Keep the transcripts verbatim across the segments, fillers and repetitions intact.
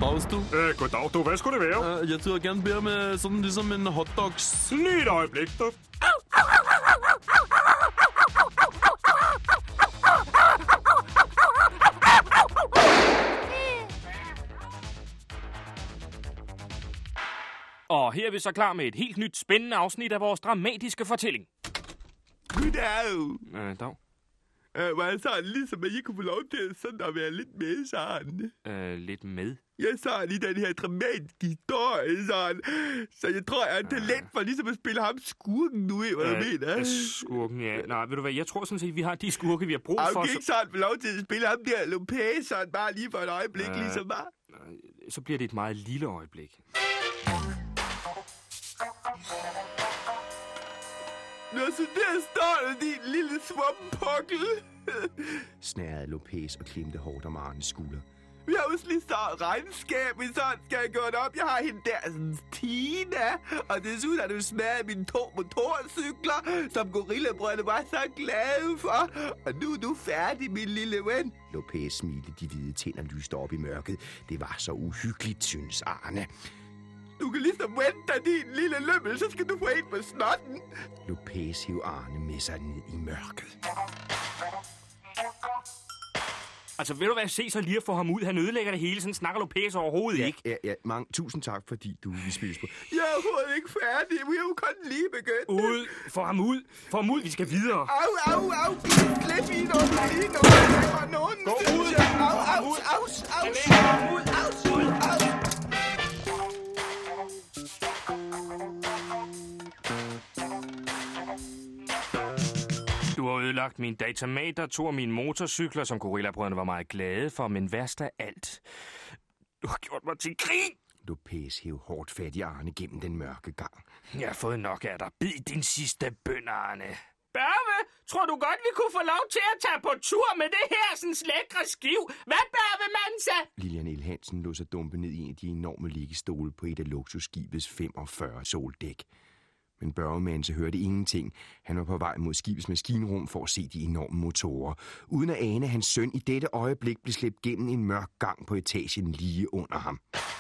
Dags, du. Øh, goddag, du. Hvad skulle det være? Uh, jeg tror gerne bede med sådan ligesom en hotdogs. Lige et øjeblik, du. Og her er vi så klar med et helt nyt spændende afsnit af vores dramatiske fortælling. Goddag. Øh, dog. Øh, var det sådan ligesom, at I kunne få lov til sådan at være lidt med sådan? Øh, lidt med. Jeg så lige den her dramatiske historie sådan. Så jeg tror, jeg er talent for ligesom at spille ham skurken nu, hvad Øh, du mener. Skurken, ja. Nej, ved du hvad, jeg tror sådan set, vi har de skurke, vi har brug Og for. du kan ikke sådan få lov til at spille ham der Lopez sådan bare lige for et øjeblik, Øh. ligesom mig. Så bliver det et meget lille øjeblik. Nå, så der står der, din lille svumpukkel. Snærede Lopez og klemte hårdt om Arnes skulder. Vi har også lige så regnskab, hvis sådan skal jeg gå det op. Jeg har hende der, sådan Tina. Og desuden har du smadret mine to motorcykler, som gorillabrødrene var så glade for. Og nu er du færdig, min lille ven. Lopez smilte, de hvide tænder lyste op i mørket. Det var så uhyggeligt, synes Arne. Du kan ligesom vente dig, din lille lømmel, så skal du få en på snotten. Lopez hev Arne med sig ned i mørket. Altså, vil du hvad, se så lige at få ham ud. Han ødelægger det hele, sådan snakker Lopez overhovedet Ja, ikke. ja, ja, mange tusind tak, fordi du vil spilles på. Jeg er overhovedet ikke færdig. Vi er jo kun lige begyndt. Ud, få ham ud, få ham ud, vi skal videre. Au, au, au. Glip i noget, lige noget. Det var nogen. Gå ud. Au, au, au, au, au, ud, au, ud, au. Du har ødelagt min datamater, to af mine motorcykler, som gorillabrødrene var meget glade for, men værst af alt. Du har gjort mig til grin. Lopez hev hårdt fat i Arne gennem den mørke gang. Jeg har fået nok af dig. Bid din sidste bøn, Arne. Børve, tror du godt, vi kunne få lov til at tage på tur med det her sådan lækre skiv? Hvad, Børve, Mansa? Lilian El Hansen lå sig dumpe ned i en af de enorme liggestole på et af luksusskibets femogfyrre soldæk. Men Børgemanse hørte ingenting. Han var på vej mod skibets maskinrum for at se de enorme motorer. Uden at ane, hans søn i dette øjeblik blev slæbt gennem en mørk gang på etagen lige under ham.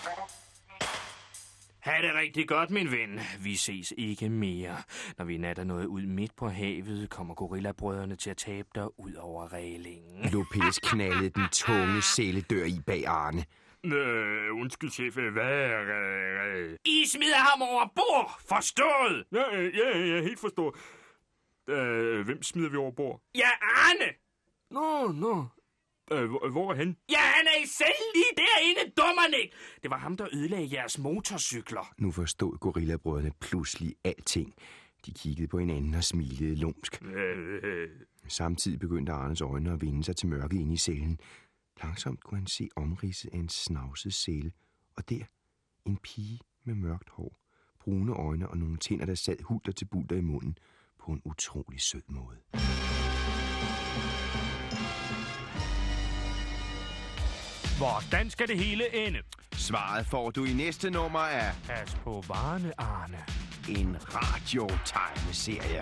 Ha' det rigtig godt, min ven. Vi ses ikke mere. Når vi natter noget ud midt på havet, kommer gorillabrødrene til at tabe dig ud over reglingen. Lopez knaldede den tunge celledør i bag Arne. Øh, undskyld, chef. Hvad er... I smider ham over bord! Forstået! Ja, ja, ja, helt forstået. Øh, hvem smider vi over bord? Ja, Arne! Nå, nå. Øh, hvor, hvor er han? Ja, han er i cellen lige derinde, dummerne ikke! Det var ham, der ødelagde jeres motorcykler. Nu forstod gorillabrødrene pludselig alting. De kiggede på hinanden og smilede lumsk. Øh, øh. Samtidig begyndte Arnes øjne at vende sig til mørket inde i cellen. Langsomt kunne han se omridset af en snavset celle, og der en pige med mørkt hår, brune øjne og nogle tænder, der sad hulter til bulter i munden på en utrolig sød måde. Hvordan skal det hele ende? Svaret får du i næste nummer af Pas på varerne, Arne. en radiotegneserie.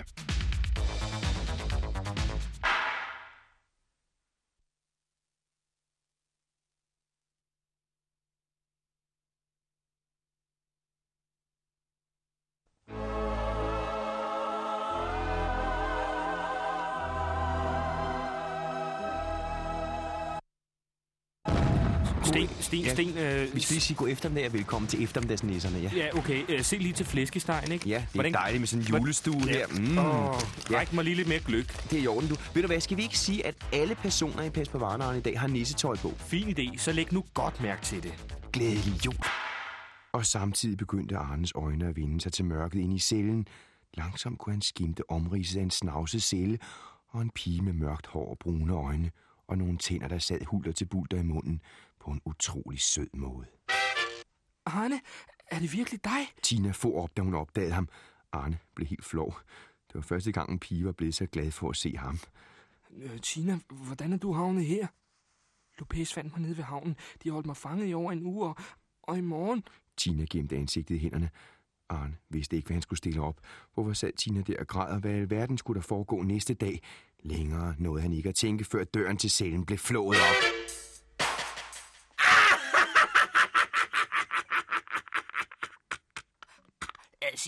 Sten, Sten, Ja. Sten. Øh, Vi skal lige sige god eftermiddag og velkommen til eftermiddagsnisserne, ja. Ja, okay. Øh, se lige til flæskestegen, ikke? Ja, det er Hvordan- dejligt med sådan en julestue Ja. her. Mm. Åh, Ja. ræk mig lige lidt mere gløk. Det er i orden, du. Ved du hvad, skal vi ikke sige, at alle personer i Pas på Varneren i dag har nissetøj på? Fin idé, så læg nu godt mærke til det. Glædelig jul. Og samtidig begyndte Arnes øjne at vende sig til mørket inde i cellen. Langsomt kunne han skimte omridset af en snavset celle og en pige med mørkt hår og brune øjne og nogle tænder, der sad hulter til bulter i munden på en utrolig sød måde. Arne, er det virkelig dig? Tina for op, da hun opdagede ham. Arne blev helt flov. Det var første gang, en pige var blevet så glad for at se ham. Øh, Tina, hvordan er du havnet her? Lopez fandt mig nede ved havnen. De holdt mig fanget i over en uge, og, og i morgen... Tina gemte ansigtet i hænderne. Arne vidste ikke, hvad han skulle stille op. Hvorfor sad Tina der og græd, og hvad i alverden skulle der foregå næste dag? Længere nåede han ikke at tænke, før døren til cellen blev flået op.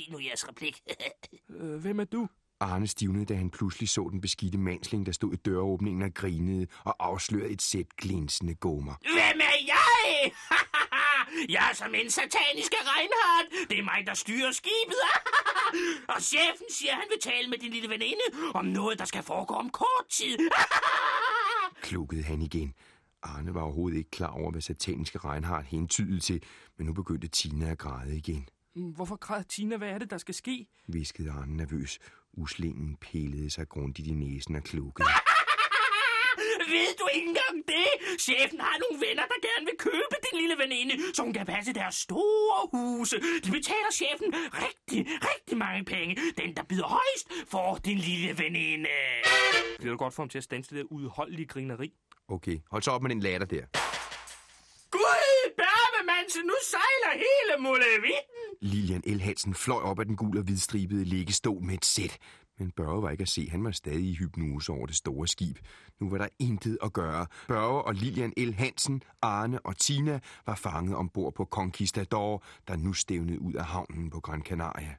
Sig nu jeres replik. Øh, hvem er du? Arne stivnede, da han pludselig så den beskidte mandsling, der stod i døråbningen og grinede og afslørede et sæt glinsende gommer. Hvem er jeg? Jeg er som en sataniske Reinhardt. Det er mig, der styrer skibet. Og chefen siger, han vil tale med din lille veninde om noget, der skal foregå om kort tid. Klukkede han igen. Arne var overhovedet ikke klar over, hvad sataniske Reinhardt hentydede til, men nu begyndte Tina at græde igen. Hvorfor græder Tina? Hvad er det, der skal ske? Hviskede Arne nervøs. Uslingen pillede sig grundigt i næsen og klukkede. Ved du ikke engang det? Chefen har nogle venner, der gerne vil købe din lille veninde, så hun kan passe deres store huse. De betaler chefen rigtig, rigtig mange penge. Den, der byder højst, får din lille veninde. Bliver du godt for ham til at standse det der udholdelige grineri? Okay, hold så op med den latter der. Gud, Bervemanse, nu sejler hele Mulevitten. Lilian L. Hansen fløj op af den gul og hvidstribede liggestol med et sæt. Men Børge var ikke at se. Han var stadig i hypnose over det store skib. Nu var der intet at gøre. Børge og Lilian L. Hansen, Arne og Tina var fanget ombord på Conquistador, der nu stævnede ud af havnen på Gran Canaria.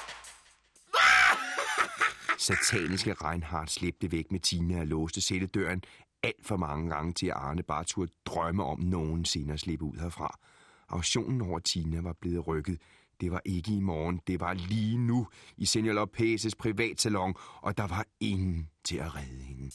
Sataniske Reinhardt slæbte væk med Tina og låste sættedøren alt for mange gange til, at Arne bare turde drømme om nogensinde at slippe ud herfra. Auktionen over Tina var blevet rykket. Det var ikke i morgen, det var lige nu i Señor Lopez's privatsalon, og der var ingen til at redde hende.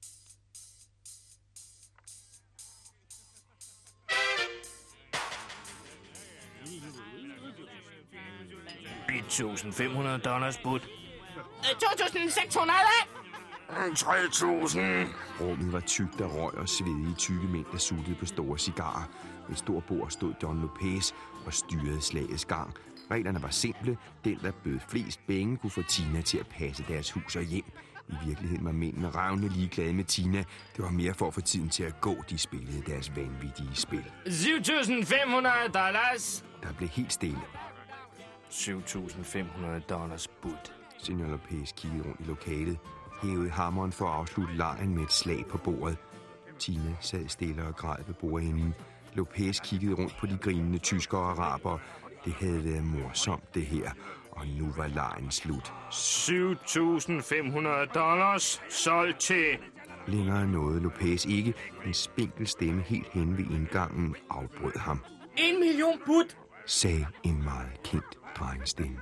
to tusind fem hundrede dollars bud. to tusind seks hundrede. tre tusind. Rummet var tykt af røg og svedige tykke mænd, der suttede på store cigarer. Ved et stort bord stod Don Lopez og styrede slagets gang. Reglerne var simple. Den, der bød flest penge, kunne få Tina til at passe deres hus og hjem. I virkeligheden var mændene ravne ligeglade med Tina. Det var mere for at få tiden til at gå, de spillede deres vanvittige spil. syv tusind fem hundrede dollars. Der blev helt stille. syv tusind fem hundrede dollars bud. Señor Lopez kiggede rundt i lokalet, hævede hammeren for at afslutte legen med et slag på bordet. Tina sad stille og græd ved bordenden. Lopez kiggede rundt på de grinende tyskere og arabere. Det havde været morsomt, det her. Og nu var legen slut. syv tusind fem hundrede dollars solgt til. Længere nåede Lopez ikke. En spinkel stemme helt hen ved indgangen afbrød ham. En million bud. Sagde en meget kendt drengestemme.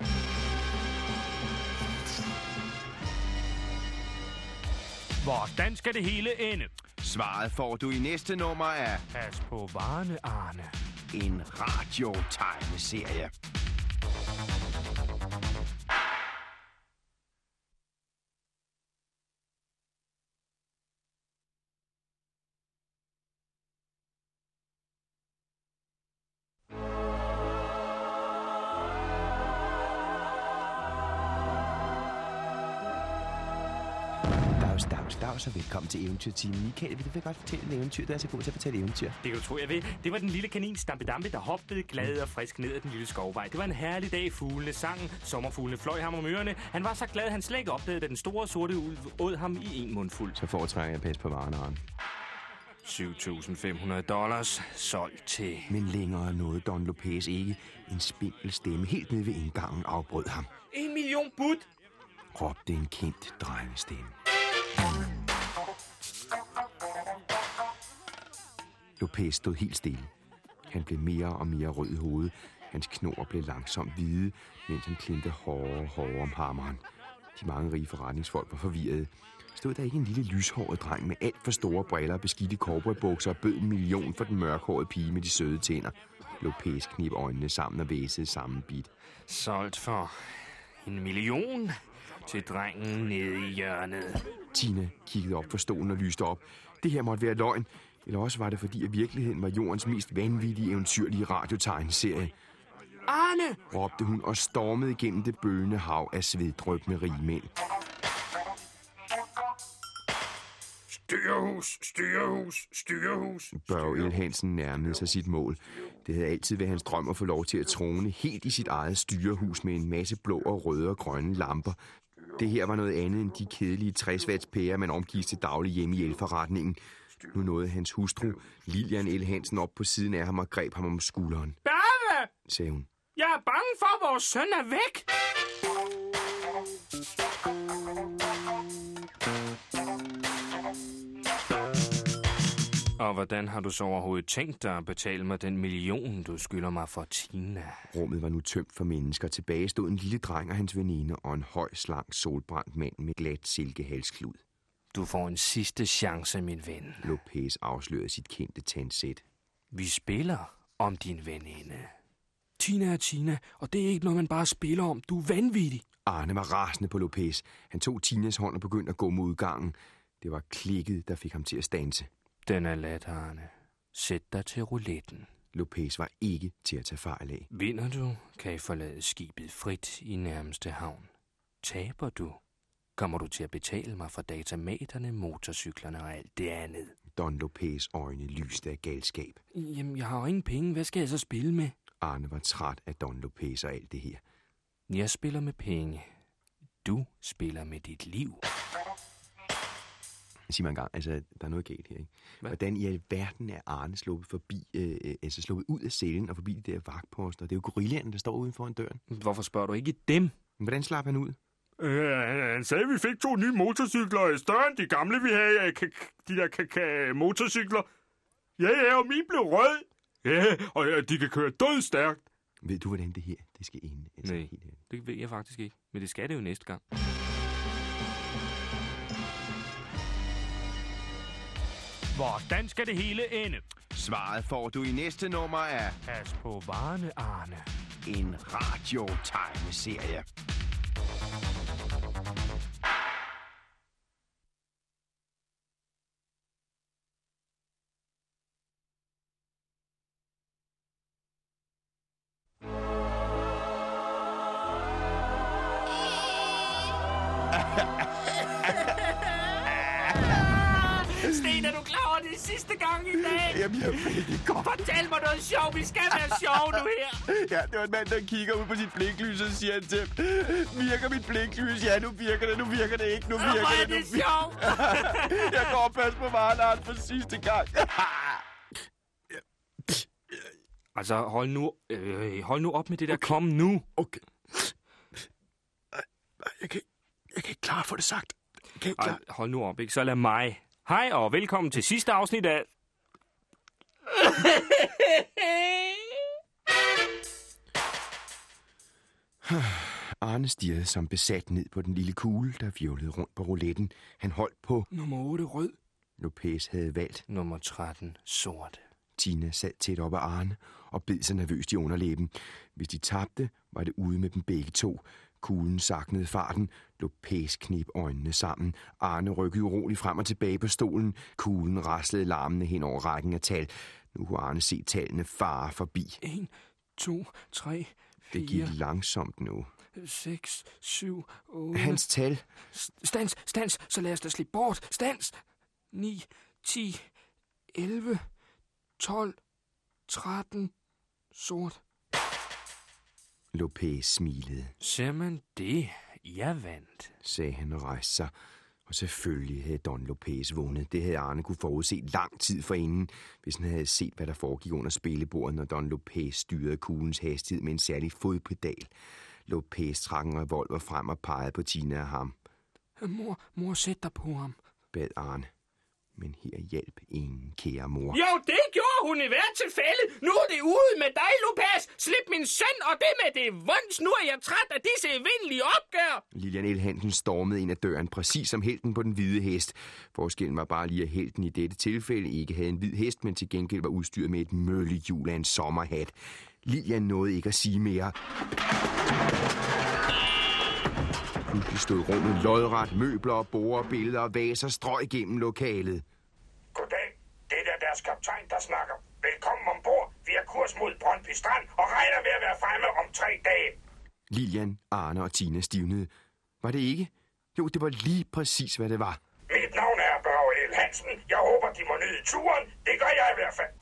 Hvordan skal det hele ende? Svaret får du i næste nummer af Pas på varerne, Arne. en radiotegneserie. Dags, dags, dags, og velkommen til Eventyrtimen. Michael, vil du godt fortælle en eventyr, der er så god til at fortælle eventyr? Det kan du tro, jeg ved. Det var den lille kanin Stampe Dampe, der hoppede glad og frisk ned ad den lille skovvej. Det var en herlig dag. Fuglene sang, sommerfuglene fløj ham om ørerne. Han var så glad, han slet ikke opdagede, da den store sorte ulv åd ham i en mundfuld. Så foretrækker jeg at passe på varerne, Arne. syv tusind fem hundrede dollars solgt til. Men længere nåede Don Lopez ikke. En spinkel stemme helt nede ved indgangen afbrød ham. En million bud. Råbte en kendt drengestemme. Lopez stod helt stille. Han blev mere og mere rød i hovedet. Hans knor blev langsomt hvide, mens han klemte hårdere og hårdere om hammeren. De mange rige forretningsfolk var forvirrede. Stod der ikke en lille lyshåret dreng med alt for store briller og beskidte cowboybukser og bød en million for den mørkhårede pige med de søde tænder? Lopez knib øjnene sammen og væsede samme bit. Solgt for en million til drengen nede i hjørnet. Tina kiggede op for stolen og lyste op. Det her måtte være løgn. Eller også var det, fordi at virkeligheden var jordens mest vanvittige, eventyrlige radiotegneserie. Arne! Råbte hun og stormede igennem det bølgende hav af sveddrøbende rigmænd. Styrehus, styrehus, styrehus. Børge L. Hansen nærmede sig sit mål. Det havde altid været hans drøm at få lov til at trone helt i sit eget styrehus med en masse blå og røde og grønne lamper. Det her var noget andet end de kedelige tres watts pærer, man omgives til daglig hjemme i elforretningen. Nu nåede hans hustru, Lilian L. Hansen, op på siden af ham og greb ham om skulderen. Børge! Sagde hun. Jeg er bange for, at vores søn er væk. Og hvordan har du så overhovedet tænkt dig at betale mig den million, du skylder mig for Tina? Rummet var nu tømt for mennesker. Tilbage stod en lille dreng og hans veninde og en høj, slank, solbrændt mand med glat silkehalsklud. Du får en sidste chance, min ven. Lopez afslørede sit kendte tandsæt. Vi spiller om din veninde. Tina er Tina, og det er ikke noget, man bare spiller om. Du er vanvittig. Arne var rasende på Lopez. Han tog Tinas hånd og begyndte at gå mod udgangen. Det var klikket, der fik ham til at standse. Den er let, Arne. Sæt dig til rouletten. Lopez var ikke til at tage fejl af. Vinder du, kan I forlade skibet frit i nærmeste havn. Taber du, kommer du til at betale mig for datamaterne, motorcyklerne og alt det andet. Don Lopez' øjne lyste af galskab. Jamen, jeg har jo ingen penge. Hvad skal jeg så spille med? Arne var træt af Don Lopez og alt det her. Jeg spiller med penge. Du spiller med dit liv. Sig mig en gang, altså, der er noget galt her, ikke? Hvad? Hvordan i alverden er Arne sluppet forbi, øh, altså sluppet ud af cellen og forbi de der vagtposter? Det er jo gorillaerne, der står uden foran døren. Hvorfor spørger du ikke dem? Men hvordan slap han ud? Øh, han sagde, at vi fik to nye motorcykler, større end de gamle, vi havde, de der k- motorcykler. Ja, ja, og min blev rød. Ja, og de kan køre dødstærkt. Ved du, hvordan det her det skal ende? Altså, Nej, det ved jeg faktisk ikke. Men det skal det jo næste gang. Hvordan skal det hele ende? Svaret får du i næste nummer af Pas på varerne, Arne. en radiotegneserie. Sten, er du klar over det sidste gang i dag? Jamen, jeg ved det godt. Fortæl mig noget sjovt. Vi skal være sjove nu her. Ja, det var en mand, der kigger ud på sit blinklys og siger han til ham, virker mit blinklys? Ja, nu virker det, nu virker det ikke, nu virker Hvor er det. Nu det virker... sjovt. Jeg går og passer på varen for sidste gang. Altså, hold nu, øh, hold nu op med det der. Okay. Kom nu. Okay. Jeg kan, jeg kan ikke klare at få det sagt. Jeg kan ikke klare. Ej, hold nu op, ikke? Så lad mig. Hej og velkommen til sidste afsnit af... Arne stirrede som besat ned på den lille kugle, der hvirvlede rundt på rouletten. Han holdt på... Nummer otte, rød. Lopez havde valgt. Nummer tretten, sort. Tina sad tæt op ad Arne og bed sig nervøst i underlæben. Hvis de tabte, var det ude med dem begge to. Kuglen saknede farten. Lopez kneb øjnene sammen. Arne rykkede uroligt frem og tilbage på stolen. Kuglen raslede larmende hen over rækken af tal. Nu kunne Arne se tallene fare forbi. En, to, tre, fire... Det gik langsomt nu. seks, syv, otte... Hans tal. Stans, stans, så lad os da slippe bort. Stans. ni, ti, elleve, tolv, tretten, sort. Lopez smilede. Ser man det? Jeg vandt, sagde han og rejste sig. Og selvfølgelig havde Don Lopez vundet. Det havde Arne kunne forudse lang tid forinden, hvis han havde set, hvad der foregik under spillebordet, når Don Lopez styrede kuglens hastighed med en særlig fodpedal. Lopez trak en revolver frem og pegede på Tina og ham. Mor, mor, sæt dig på ham, bad Arne. Men her hjalp ingen, kære mor. Jo, det gjorde hun i hvert tilfælde. Nu er det ude med dig, Lopez. Slip min søn, og det med det vunds. Nu er jeg træt af disse evindelige opgør. Lilian L. Hansen stormede ind ad døren, præcis som helten på den hvide hest. Forskellen var bare lige, at helten i dette tilfælde ikke havde en hvid hest, men til gengæld var udstyret med et møllehjul af en sommerhat. Lilian nåede ikke at sige mere. Pludselig stod rummet lodret, møbler og borer, billeder og vaser strøg gennem lokalet. Goddag, det er deres kaptajn, der snakker. Velkommen ombord. Vi er kurs mod Brøndby Strand og regner med at være fremme om tre dage. Lilian, Arne og Tina stivnede. Var det ikke? Jo, det var lige præcis, hvad det var. Mit navn er Børge L. Hansen. Jeg håber, de må nyde turen. Det gør jeg i hvert fald.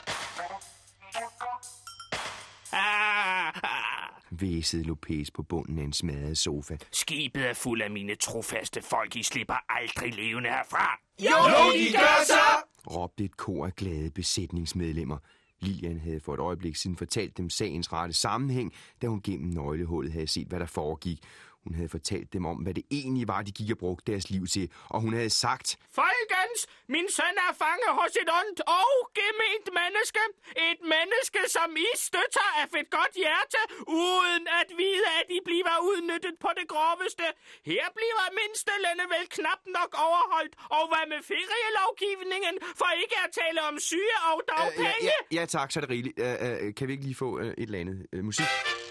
Væsede Lopez på bunden af en smadret sofa. Skibet er fuld af mine trofaste folk. I slipper aldrig levende herfra. Jo, de gør så! Råbte et kor af glade besætningsmedlemmer. Lilian havde for et øjeblik siden fortalt dem sagens rette sammenhæng, da hun gennem nøglehullet havde set, hvad der foregik. Hun havde fortalt dem om, hvad det egentlig var, de gik og brugte deres liv til, og hun havde sagt: Folkens, min søn er fanget hos et ondt og gement menneske. Et menneske, som I støtter af et godt hjerte, uden at vide, at I bliver udnyttet på det groveste. Her bliver mindstelønne vel knap nok overholdt, og hvad med ferielovgivningen, for ikke at tale om syge og dagpenge? Uh, ja, ja, ja tak, så er det rigeligt. Uh, uh, kan vi ikke lige få uh, et eller andet uh, musik?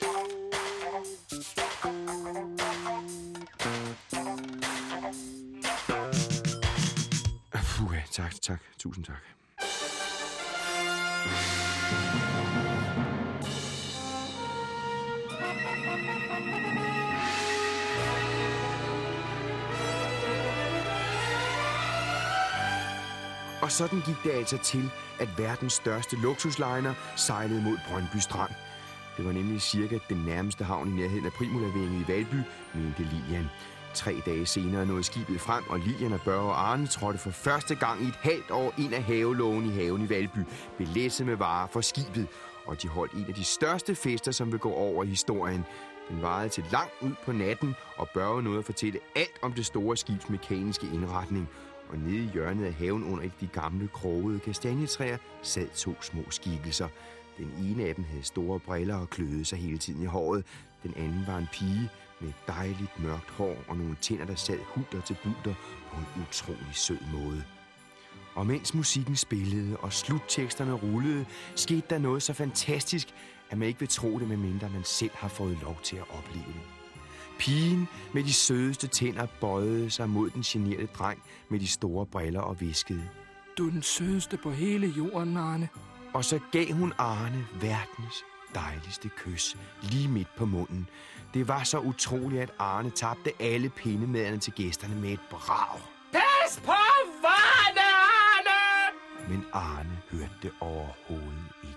Puh, tak, tak. Tusind tak. Og sådan gik det altså til, at verdens største luksusliner sejlede mod Brøndby Strand. Det var nemlig cirka den nærmeste havn i nærheden af Primulavægget i Valby, mente Lilian. Tre dage senere nåede skibet frem, og Lilian og Børge og Arne trådte for første gang i et halvt år ind af havelågen i haven i Valby, belæsset med varer for skibet, og de holdt en af de største fester, som vil gå over i historien. Den varede til langt ud på natten, og Børge nåede at fortælle alt om det store skibs mekaniske indretning. Og nede i hjørnet af haven under de gamle krogede kastanjetræer sad to små skikkelser. Den ene af dem havde store briller og kløede sig hele tiden i håret. Den anden var en pige med dejligt mørkt hår og nogle tænder, der sad hulter til bulter på en utrolig sød måde. Og mens musikken spillede og slutteksterne rullede, skete der noget så fantastisk, at man ikke vil tro det, medmindre man selv har fået lov til at opleve det. Pigen med de sødeste tænder bøjede sig mod den generede dreng med de store briller og viskede: Du er den sødeste på hele jorden, Arne. Og så gav hun Arne verdens dejligste kys lige midt på munden. Det var så utroligt, at Arne tabte alle pindemaderne til gæsterne med et brag. Pas på varene, Arne! Men Arne hørte det overhovedet ikke.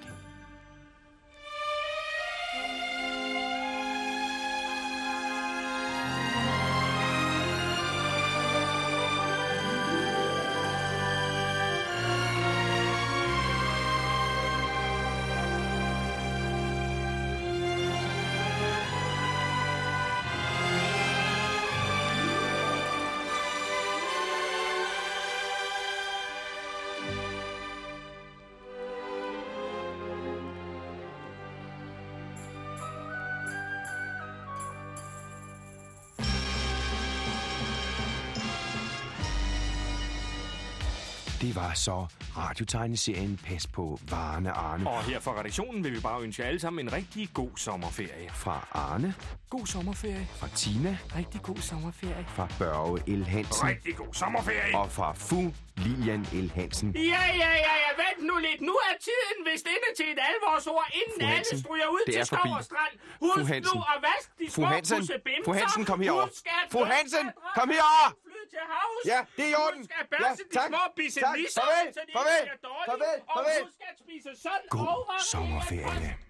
Det var så radiotegneserien Pas på varerne, Arne. Og her fra redaktionen vil vi bare ønske alle sammen en rigtig god sommerferie. Fra Arne. God sommerferie. Fra Tina. Rigtig god sommerferie. Fra Børge L. Hansen. Rigtig god sommerferie. Og fra Fu Lilian L. Hansen. Ja, ja, ja, ja, vent nu lidt. Nu er tiden vist inde til et alvorsord, inden alle stryger ud til skov og strand. Husk nu at vaske de små pussebimser. Fru Hansen, kom herover. Fru Hansen, kom herover. Til havs. Ja, det er i orden. Husk at bærse ja, de små bissenisser, farvel, så de farvel, ikke bliver dårlige. farvel, farvel. Og husk at spise sundt God og sommerferie.